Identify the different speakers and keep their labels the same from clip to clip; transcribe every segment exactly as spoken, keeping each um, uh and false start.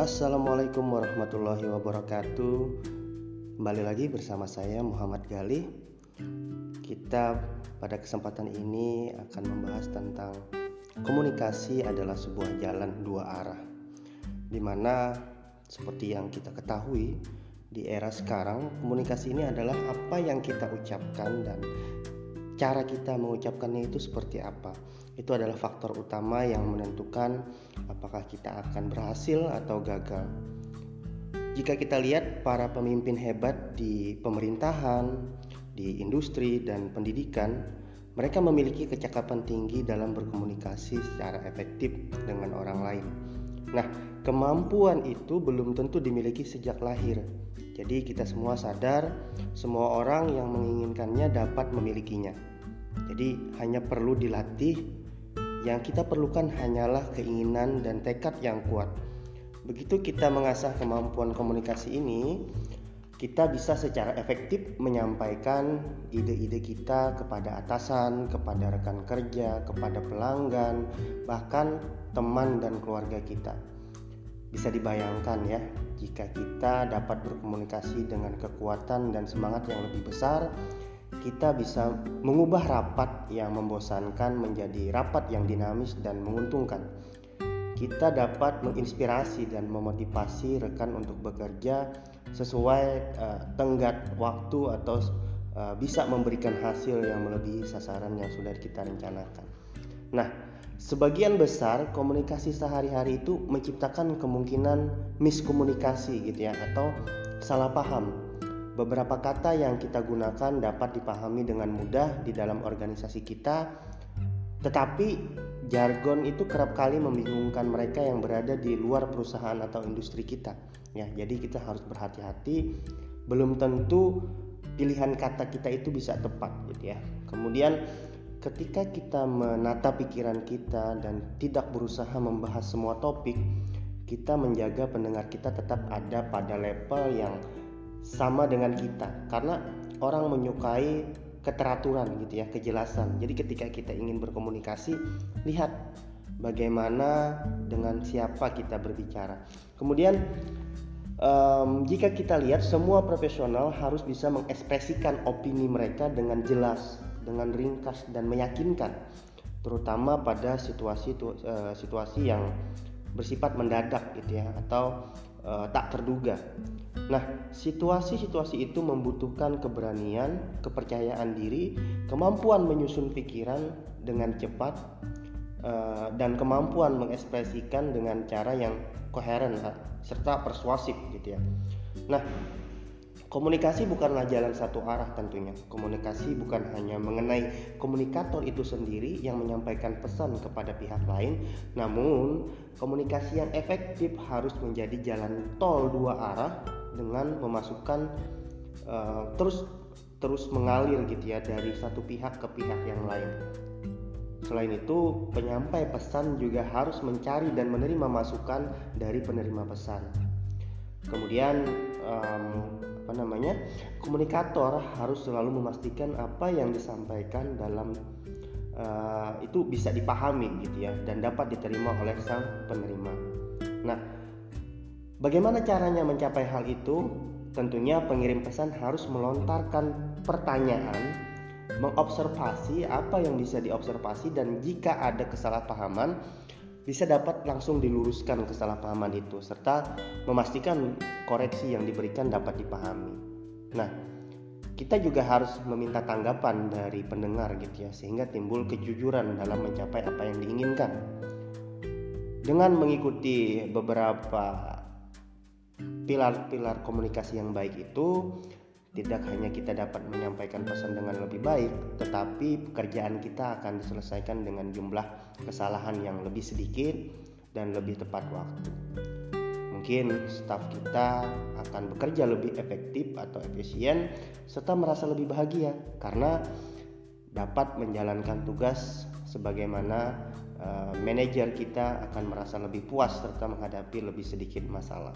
Speaker 1: Assalamualaikum warahmatullahi wabarakatuh. Kembali lagi bersama saya Muhammad Gali. Kita pada kesempatan ini akan membahas tentang komunikasi adalah sebuah jalan dua arah, dimana seperti yang kita ketahui di era sekarang, komunikasi ini adalah apa yang kita ucapkan dan cara kita mengucapkannya itu seperti apa. Itu adalah faktor utama yang menentukan apakah kita akan berhasil atau gagal. Jika kita lihat para pemimpin hebat di pemerintahan, di industri dan pendidikan, mereka memiliki kecakapan tinggi dalam berkomunikasi secara efektif dengan orang lain. Nah, kemampuan itu belum tentu dimiliki sejak lahir. Jadi kita semua sadar, semua orang yang menginginkannya dapat memilikinya. Jadi hanya perlu dilatih. Yang kita perlukan hanyalah keinginan dan tekad yang kuat. Begitu kita mengasah kemampuan komunikasi ini, kita bisa secara efektif menyampaikan ide-ide kita kepada atasan, kepada rekan kerja, kepada pelanggan, bahkan teman dan keluarga kita. Bisa dibayangkan ya, jika kita dapat berkomunikasi dengan kekuatan dan semangat yang lebih besar, kita bisa mengubah rapat yang membosankan menjadi rapat yang dinamis dan menguntungkan. Kita dapat menginspirasi dan memotivasi rekan untuk bekerja sesuai uh, tenggat waktu atau uh, bisa memberikan hasil yang melebihi sasaran yang sudah kita rencanakan. Nah, sebagian besar komunikasi sehari-hari itu menciptakan kemungkinan miskomunikasi gitu ya, atau salah paham. Beberapa kata yang kita gunakan dapat dipahami dengan mudah di dalam organisasi kita, tetapi jargon itu kerap kali membingungkan mereka yang berada di luar perusahaan atau industri kita. Ya, jadi kita harus berhati-hati. Belum tentu pilihan kata kita itu bisa tepat, gitu ya. Kemudian, ketika kita menata pikiran kita dan tidak berusaha membahas semua topik, kita menjaga pendengar kita tetap ada pada level yang sama dengan kita, karena orang menyukai keteraturan gitu ya, kejelasan. Jadi ketika kita ingin berkomunikasi, lihat bagaimana dengan siapa kita berbicara. Kemudian um, jika kita lihat, semua profesional harus bisa mengekspresikan opini mereka dengan jelas, dengan ringkas dan meyakinkan, terutama pada situasi uh, situasi yang bersifat mendadak gitu ya, atau uh, tak terduga. Nah, situasi-situasi itu membutuhkan keberanian, kepercayaan diri, kemampuan menyusun pikiran dengan cepat, uh, dan kemampuan mengekspresikan dengan cara yang koheren serta persuasif gitu ya. Nah, komunikasi bukanlah jalan satu arah tentunya. Komunikasi bukan hanya mengenai komunikator itu sendiri yang menyampaikan pesan kepada pihak lain, namun komunikasi yang efektif harus menjadi jalan tol dua arah dengan memasukkan uh, terus terus mengalir gitu ya, dari satu pihak ke pihak yang lain. Selain itu, penyampai pesan juga harus mencari dan menerima masukan dari penerima pesan. Kemudian um, apa namanya komunikator harus selalu memastikan apa yang disampaikan dalam uh, itu bisa dipahami gitu ya, dan dapat diterima oleh sang penerima. Nah, bagaimana caranya mencapai hal itu? Tentunya pengirim pesan harus melontarkan pertanyaan, mengobservasi apa yang bisa diobservasi, dan jika ada kesalahpahaman bisa dapat langsung diluruskan kesalahpahaman itu, serta memastikan koreksi yang diberikan dapat dipahami. Nah, kita juga harus meminta tanggapan dari pendengar gitu ya, sehingga timbul kejujuran dalam mencapai apa yang diinginkan. Dengan mengikuti beberapa pilar-pilar komunikasi yang baik itu, tidak hanya kita dapat menyampaikan pesan dengan lebih baik, tetapi pekerjaan kita akan diselesaikan dengan jumlah kesalahan yang lebih sedikit dan lebih tepat waktu. Mungkin staf kita akan bekerja lebih efektif atau efisien, serta merasa lebih bahagia karena dapat menjalankan tugas sebagaimana uh, manajer kita akan merasa lebih puas serta menghadapi lebih sedikit masalah.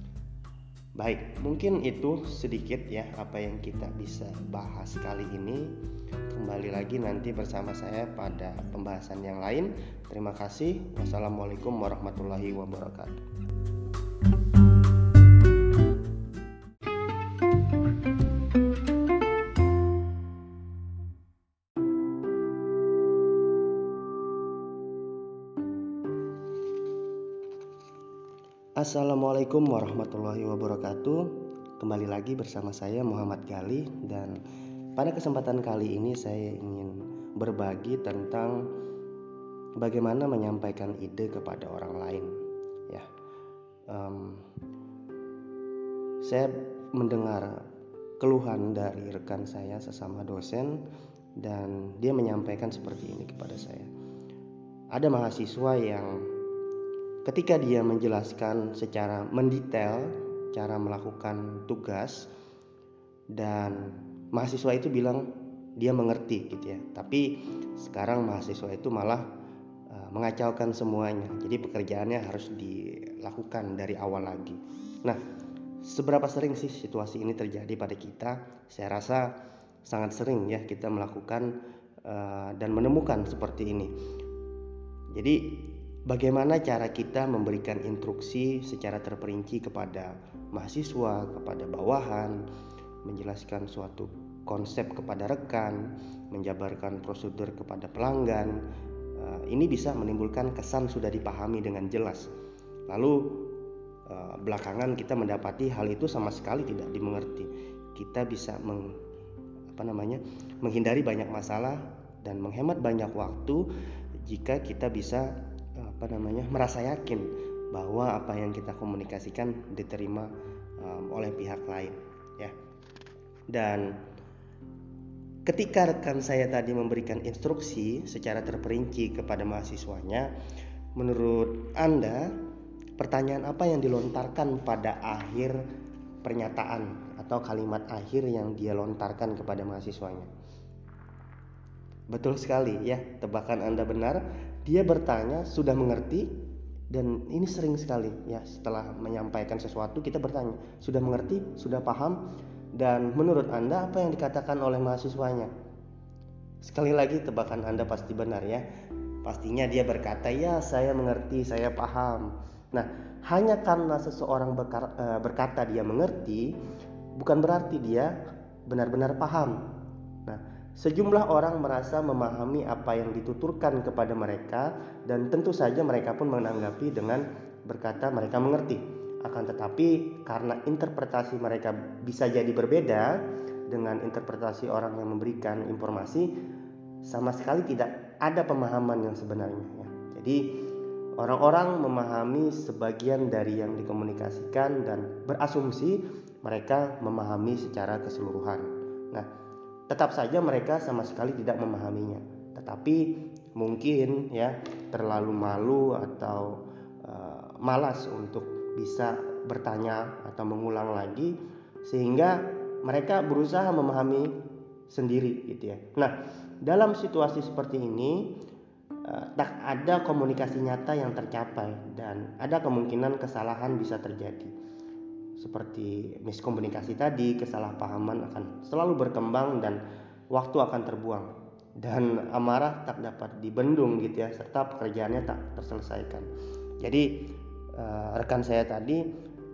Speaker 1: Baik, mungkin itu sedikit ya apa yang kita bisa bahas kali ini. Kembali lagi nanti bersama saya pada pembahasan yang lain. Terima kasih. Wassalamualaikum warahmatullahi wabarakatuh. Assalamualaikum warahmatullahi wabarakatuh. Kembali lagi bersama saya Muhammad Gali, dan pada kesempatan kali ini saya ingin berbagi tentang bagaimana menyampaikan ide kepada orang lain. Ya, um, saya mendengar keluhan dari rekan saya sesama dosen, dan dia menyampaikan seperti ini kepada saya. Ada mahasiswa yang ketika dia menjelaskan secara mendetail cara melakukan tugas, dan mahasiswa itu bilang dia mengerti gitu ya. Tapi sekarang mahasiswa itu malah uh, mengacaukan semuanya. Jadi pekerjaannya harus dilakukan dari awal lagi. Nah, seberapa sering sih situasi ini terjadi pada kita? Saya rasa sangat sering ya kita melakukan uh, dan menemukan seperti ini. Jadi bagaimana cara kita memberikan instruksi secara terperinci kepada mahasiswa, kepada bawahan, menjelaskan suatu konsep kepada rekan, menjabarkan prosedur kepada pelanggan. Ini bisa menimbulkan kesan sudah dipahami dengan jelas. Lalu belakangan kita mendapati hal itu sama sekali tidak dimengerti. Kita bisa meng, apa namanya, menghindari banyak masalah dan menghemat banyak waktu jika kita bisa apa namanya merasa yakin bahwa apa yang kita komunikasikan diterima um, oleh pihak lain ya. Dan ketika rekan saya tadi memberikan instruksi secara terperinci kepada mahasiswanya, menurut Anda pertanyaan apa yang dilontarkan pada akhir pernyataan atau kalimat akhir yang dia lontarkan kepada mahasiswanya? Betul sekali ya, tebakan Anda benar. Dia bertanya sudah mengerti, dan ini sering sekali ya, setelah menyampaikan sesuatu kita bertanya sudah mengerti, sudah paham, dan menurut Anda apa yang dikatakan oleh mahasiswanya? Sekali lagi tebakan Anda pasti benar ya. Pastinya dia berkata ya saya mengerti, saya paham. Nah, hanya karena seseorang berkata dia mengerti bukan berarti dia benar-benar paham. Nah, sejumlah orang merasa memahami apa yang dituturkan kepada mereka, dan tentu saja mereka pun menanggapi dengan berkata mereka mengerti. Akan tetapi karena interpretasi mereka bisa jadi berbeda dengan interpretasi orang yang memberikan informasi, sama sekali tidak ada pemahaman yang sebenarnya ya. Jadi orang-orang memahami sebagian dari yang dikomunikasikan dan berasumsi mereka memahami secara keseluruhan. Nah, tetap saja mereka sama sekali tidak memahaminya, tetapi mungkin ya terlalu malu atau uh, malas untuk bisa bertanya atau mengulang lagi, sehingga mereka berusaha memahami sendiri gitu ya. Nah, dalam situasi seperti ini uh, tak ada komunikasi nyata yang tercapai, dan ada kemungkinan kesalahan bisa terjadi. Seperti miskomunikasi tadi, kesalahpahaman akan selalu berkembang dan waktu akan terbuang, dan amarah tak dapat dibendung gitu ya, serta pekerjaannya tak terselesaikan. Jadi uh, rekan saya tadi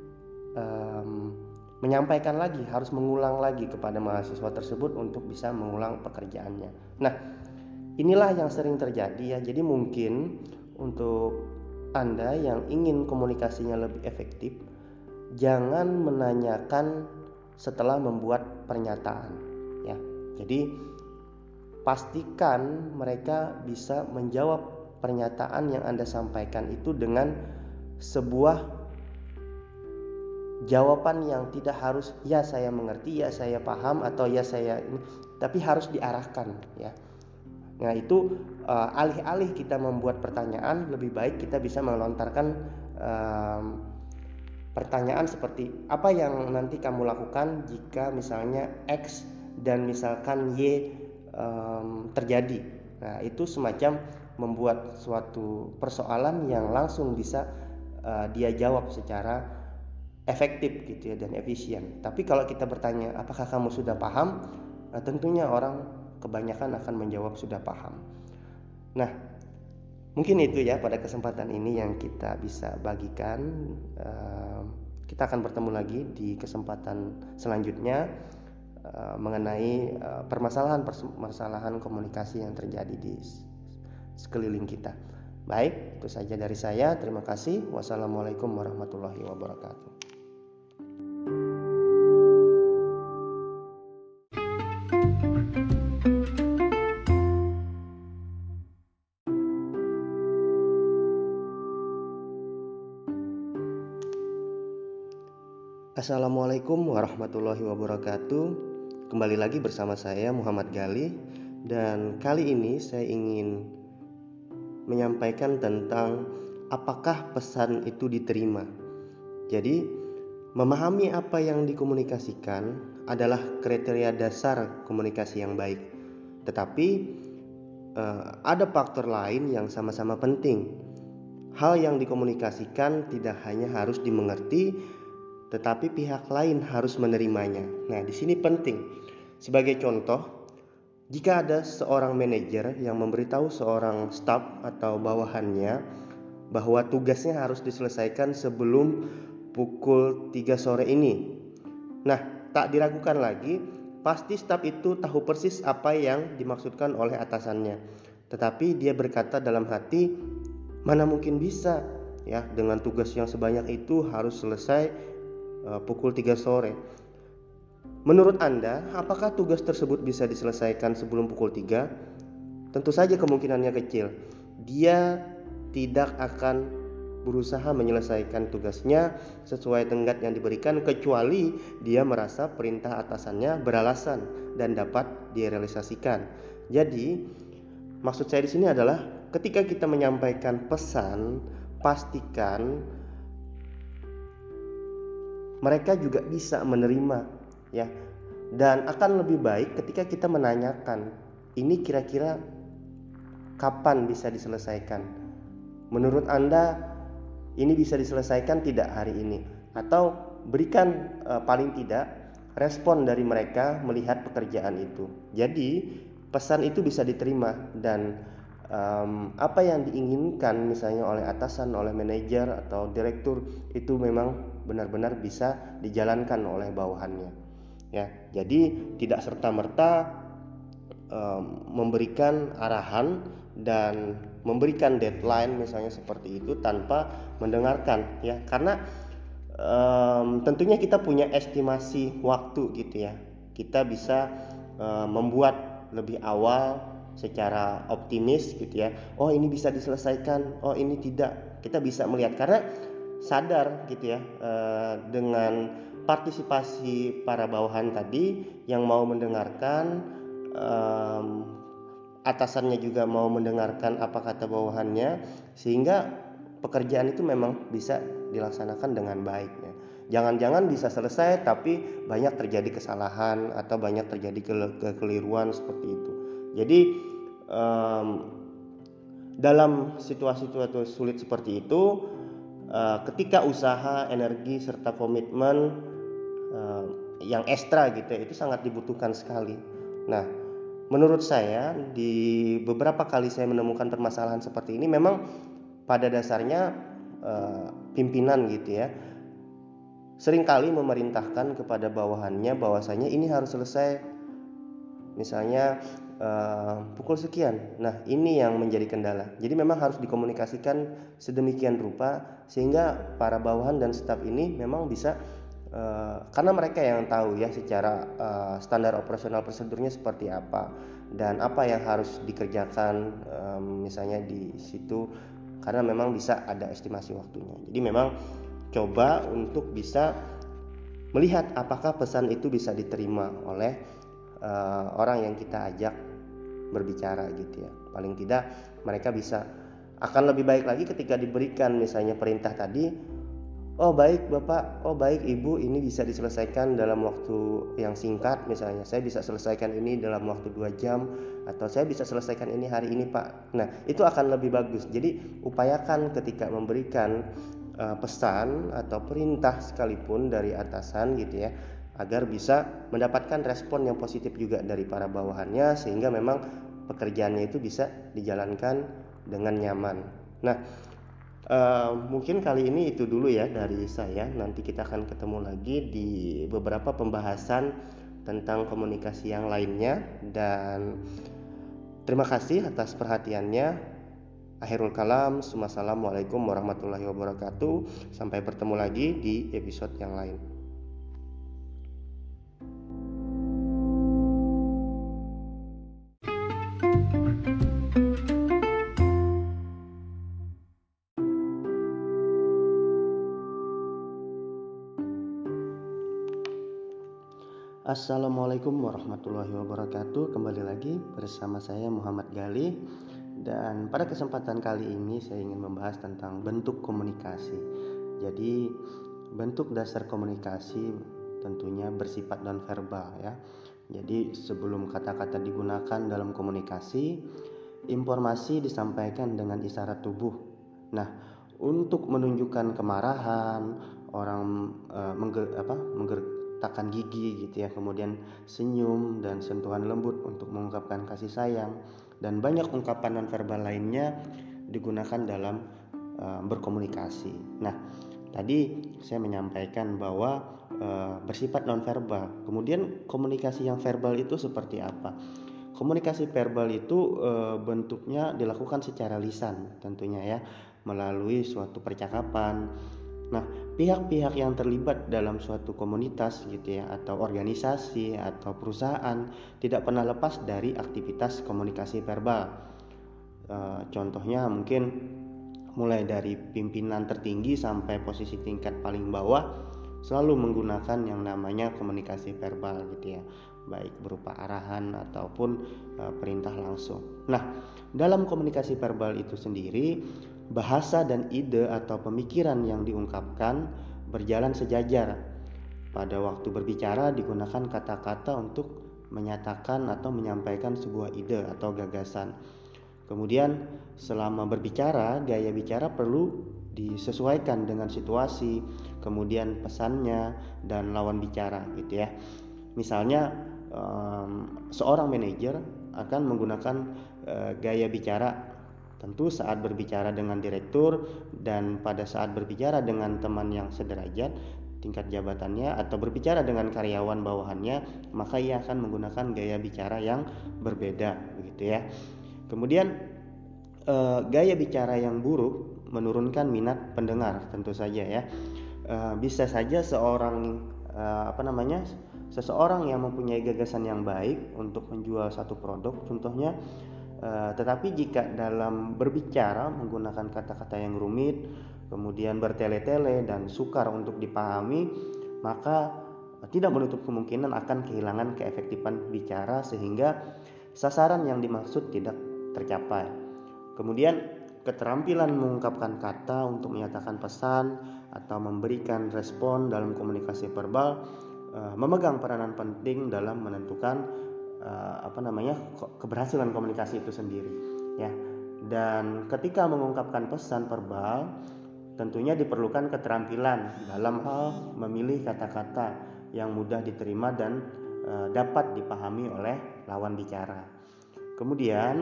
Speaker 1: um, menyampaikan lagi, harus mengulang lagi kepada mahasiswa tersebut untuk bisa mengulang pekerjaannya. Nah, inilah yang sering terjadi ya. Jadi mungkin untuk Anda yang ingin komunikasinya lebih efektif, jangan menanyakan setelah membuat pernyataan ya. Jadi pastikan mereka bisa menjawab pernyataan yang Anda sampaikan itu dengan sebuah jawaban yang tidak harus ya saya mengerti, ya saya paham, atau ya saya ini, tapi harus diarahkan ya. Nah, itu uh, alih-alih kita membuat pertanyaan, lebih baik kita bisa melontarkan um, pertanyaan seperti apa yang nanti kamu lakukan jika misalnya X dan misalkan Y um, terjadi. Nah, itu semacam membuat suatu persoalan yang langsung bisa uh, dia jawab secara efektif gitu ya, dan efisien. Tapi kalau kita bertanya apakah kamu sudah paham, nah, tentunya orang kebanyakan akan menjawab sudah paham. Nah, Mungkin itu ya pada kesempatan ini yang kita bisa bagikan. Uh, kita akan bertemu lagi di kesempatan selanjutnya uh, mengenai uh, permasalahan-permasalahan komunikasi yang terjadi di sekeliling kita. Baik, itu saja dari saya. Terima kasih. Wassalamualaikum warahmatullahi wabarakatuh. Assalamualaikum warahmatullahi wabarakatuh. Kembali lagi bersama saya Muhammad Gali, dan kali ini saya ingin menyampaikan tentang apakah pesan itu diterima. Jadi, memahami apa yang dikomunikasikan adalah kriteria dasar komunikasi yang baik. Tetapi eh, ada faktor lain yang sama-sama penting. Hal yang dikomunikasikan tidak hanya harus dimengerti, tetapi pihak lain harus menerimanya. Nah, di sini penting. Sebagai contoh, jika ada seorang manajer yang memberitahu seorang staf atau bawahannya bahwa tugasnya harus diselesaikan sebelum pukul tiga sore ini. Nah, tak diragukan lagi, pasti staf itu tahu persis apa yang dimaksudkan oleh atasannya. Tetapi dia berkata dalam hati, mana mungkin bisa ya dengan tugas yang sebanyak itu harus selesai pukul tiga sore. Menurut Anda, apakah tugas tersebut bisa diselesaikan sebelum pukul tiga? Tentu saja kemungkinannya kecil. Dia tidak akan berusaha menyelesaikan tugasnya sesuai tenggat yang diberikan, kecuali dia merasa perintah atasannya beralasan dan dapat direalisasikan. Jadi, maksud saya di sini adalah ketika kita menyampaikan pesan, pastikan mereka juga bisa menerima ya. Dan akan lebih baik ketika kita menanyakan, ini kira-kira kapan bisa diselesaikan? Menurut Anda ini bisa diselesaikan tidak hari ini? Atau berikan e, paling tidak respon dari mereka melihat pekerjaan itu. Jadi pesan itu bisa diterima, dan um, apa yang diinginkan misalnya oleh atasan, oleh manajer atau direktur itu memang benar-benar bisa dijalankan oleh bawahannya ya. Jadi tidak serta-merta um, memberikan arahan dan memberikan deadline misalnya seperti itu tanpa mendengarkan ya, karena um, tentunya kita punya estimasi waktu gitu ya. Kita bisa um, membuat lebih awal secara optimis gitu ya. Oh, ini bisa diselesaikan, oh ini tidak. Kita bisa melihat karena sadar gitu ya, eh, dengan partisipasi para bawahan tadi yang mau mendengarkan, eh, atasannya juga mau mendengarkan apa kata bawahannya, sehingga pekerjaan itu memang bisa dilaksanakan dengan baik ya. Jangan-jangan bisa selesai tapi banyak terjadi kesalahan atau banyak terjadi ke- kekeliruan seperti itu. Jadi um, dalam situasi-situasi sulit seperti itu, Uh, ketika usaha, energi serta komitmen uh, yang ekstra gitu ya, itu sangat dibutuhkan sekali. Nah, menurut saya di beberapa kali saya menemukan permasalahan seperti ini, memang pada dasarnya uh, pimpinan gitu ya seringkali memerintahkan kepada bawahannya bahwasanya ini harus selesai misalnya uh, pukul sekian. Nah, ini yang menjadi kendala. Jadi memang harus dikomunikasikan sedemikian rupa sehingga para bawahan dan staf ini memang bisa uh, karena mereka yang tahu ya secara uh, standar operasional prosedurnya seperti apa dan apa yang harus dikerjakan um, misalnya di situ, karena memang bisa ada estimasi waktunya. Jadi memang coba untuk bisa melihat apakah pesan itu bisa diterima oleh uh, orang yang kita ajak berbicara gitu ya. Paling tidak mereka bisa, akan lebih baik lagi ketika diberikan misalnya perintah tadi, oh baik Bapak, oh baik Ibu, ini bisa diselesaikan dalam waktu yang singkat, misalnya saya bisa selesaikan ini dalam waktu dua jam, atau saya bisa selesaikan ini hari ini Pak. Nah, itu akan lebih bagus. Jadi upayakan ketika memberikan uh, pesan atau perintah sekalipun dari atasan gitu ya, agar bisa mendapatkan respon yang positif juga dari para bawahannya, sehingga memang pekerjaannya itu bisa dijalankan dengan nyaman. Nah, uh, mungkin kali ini itu dulu ya dari saya. Nanti kita akan ketemu lagi di beberapa pembahasan tentang komunikasi yang lainnya, dan terima kasih atas perhatiannya. Akhirul kalam, Assalamualaikum warahmatullahi wabarakatuh. Sampai bertemu lagi di episode yang lain. Assalamualaikum warahmatullahi wabarakatuh. Kembali lagi bersama saya Muhammad Gali. Dan pada kesempatan kali ini saya ingin membahas tentang bentuk komunikasi. Jadi bentuk dasar komunikasi tentunya bersifat nonverbal ya. Jadi sebelum kata-kata digunakan dalam komunikasi, informasi disampaikan dengan isyarat tubuh. Nah, untuk menunjukkan kemarahan, orang uh, mengger, apa, menggertakkan gigi gitu ya, kemudian senyum dan sentuhan lembut untuk mengungkapkan kasih sayang, dan banyak ungkapan nonverbal lainnya digunakan dalam uh, berkomunikasi. Nah, tadi saya menyampaikan bahwa uh, bersifat nonverbal. Kemudian komunikasi yang verbal itu seperti apa? Komunikasi verbal itu uh, bentuknya dilakukan secara lisan tentunya ya, melalui suatu percakapan. Nah, pihak-pihak yang terlibat dalam suatu komunitas gitu ya, atau organisasi atau perusahaan tidak pernah lepas dari aktivitas komunikasi verbal. E, contohnya mungkin mulai dari pimpinan tertinggi sampai posisi tingkat paling bawah selalu menggunakan yang namanya komunikasi verbal gitu ya, baik berupa arahan ataupun e, perintah langsung. Nah, dalam komunikasi verbal itu sendiri, bahasa dan ide atau pemikiran yang diungkapkan berjalan sejajar. Pada waktu berbicara digunakan kata-kata untuk menyatakan atau menyampaikan sebuah ide atau gagasan. Kemudian selama berbicara, gaya bicara perlu disesuaikan dengan situasi, kemudian pesannya dan lawan bicara gitu ya. Misalnya um, seorang manajer akan menggunakan uh, gaya bicara tentu saat berbicara dengan direktur, dan pada saat berbicara dengan teman yang sederajat tingkat jabatannya atau berbicara dengan karyawan bawahannya, maka ia akan menggunakan gaya bicara yang berbeda begitu ya. Kemudian eh, gaya bicara yang buruk menurunkan minat pendengar tentu saja ya. Eh, bisa saja seorang eh, apa namanya seseorang yang mempunyai gagasan yang baik untuk menjual satu produk contohnya, Uh, tetapi jika dalam berbicara menggunakan kata-kata yang rumit, kemudian bertele-tele dan sukar untuk dipahami, maka uh, tidak menutup kemungkinan akan kehilangan keefektifan bicara sehingga sasaran yang dimaksud tidak tercapai. Kemudian keterampilan mengungkapkan kata untuk menyatakan pesan atau memberikan respon dalam komunikasi verbal uh, memegang peranan penting dalam menentukan Uh, apa namanya keberhasilan komunikasi itu sendiri ya. Dan ketika mengungkapkan pesan verbal tentunya diperlukan keterampilan dalam hal memilih kata-kata yang mudah diterima dan uh, dapat dipahami oleh lawan bicara. Kemudian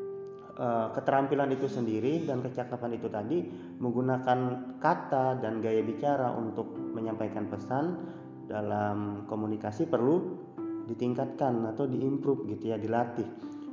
Speaker 1: uh, keterampilan itu sendiri dan kecakapan itu tadi menggunakan kata dan gaya bicara untuk menyampaikan pesan dalam komunikasi perlu ditingkatkan atau diimprove gitu ya, dilatih.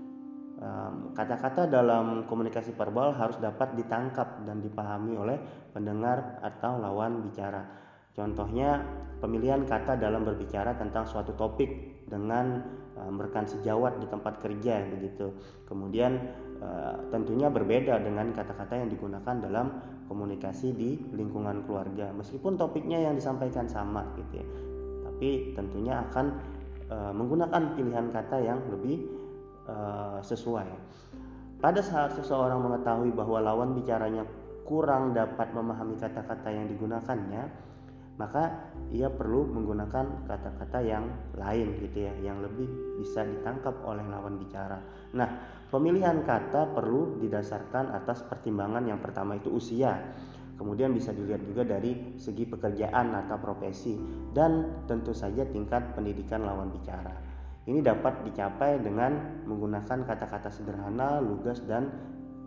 Speaker 1: Um, kata-kata dalam komunikasi verbal harus dapat ditangkap dan dipahami oleh pendengar atau lawan bicara. Contohnya pemilihan kata dalam berbicara tentang suatu topik dengan um, rekan sejawat di tempat kerja begitu. Kemudian uh, tentunya berbeda dengan kata-kata yang digunakan dalam komunikasi di lingkungan keluarga. Meskipun topiknya yang disampaikan sama gitu ya, tapi tentunya akan Uh, menggunakan pilihan kata yang lebih uh, sesuai. Pada saat seseorang mengetahui bahwa lawan bicaranya kurang dapat memahami kata-kata yang digunakannya, maka ia perlu menggunakan kata-kata yang lain gitu ya, yang lebih bisa ditangkap oleh lawan bicara. Nah, pemilihan kata perlu didasarkan atas pertimbangan yang pertama itu usia. Kemudian bisa dilihat juga dari segi pekerjaan atau profesi, dan tentu saja tingkat pendidikan lawan bicara. Ini dapat dicapai dengan menggunakan kata-kata sederhana, lugas, dan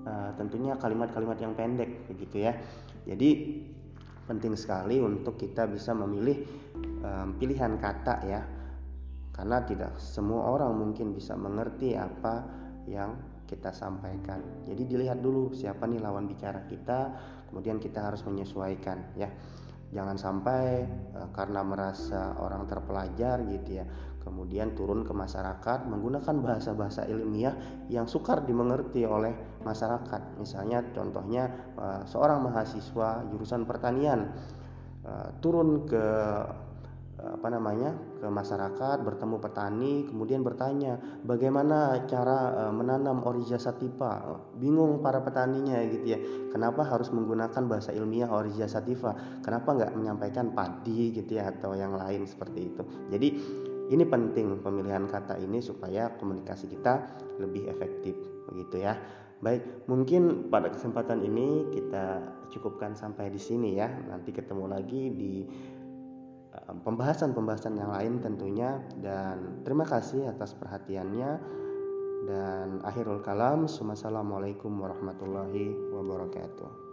Speaker 1: uh, tentunya kalimat-kalimat yang pendek begitu ya. Jadi penting sekali untuk kita bisa memilih um, pilihan kata ya, karena tidak semua orang mungkin bisa mengerti apa yang kita sampaikan. Jadi dilihat dulu siapa nih lawan bicara kita, kemudian kita harus menyesuaikan ya. Jangan sampai uh, karena merasa orang terpelajar gitu ya, kemudian turun ke masyarakat menggunakan bahasa-bahasa ilmiah yang sukar dimengerti oleh masyarakat. Misalnya contohnya uh, seorang mahasiswa jurusan pertanian uh, turun ke apa namanya ke masyarakat, bertemu petani, kemudian bertanya bagaimana cara uh, menanam Oryza sativa. Bingung para petaninya gitu ya, kenapa harus menggunakan bahasa ilmiah Oryza sativa, kenapa nggak menyampaikan padi gitu ya, atau yang lain seperti itu. Jadi ini penting pemilihan kata ini supaya komunikasi kita lebih efektif begitu ya. Baik, mungkin pada kesempatan ini kita cukupkan sampai di sini ya. Nanti ketemu lagi di pembahasan-pembahasan yang lain tentunya, dan terima kasih atas perhatiannya, dan akhirul kalam, wassalamualaikum warahmatullahi wabarakatuh.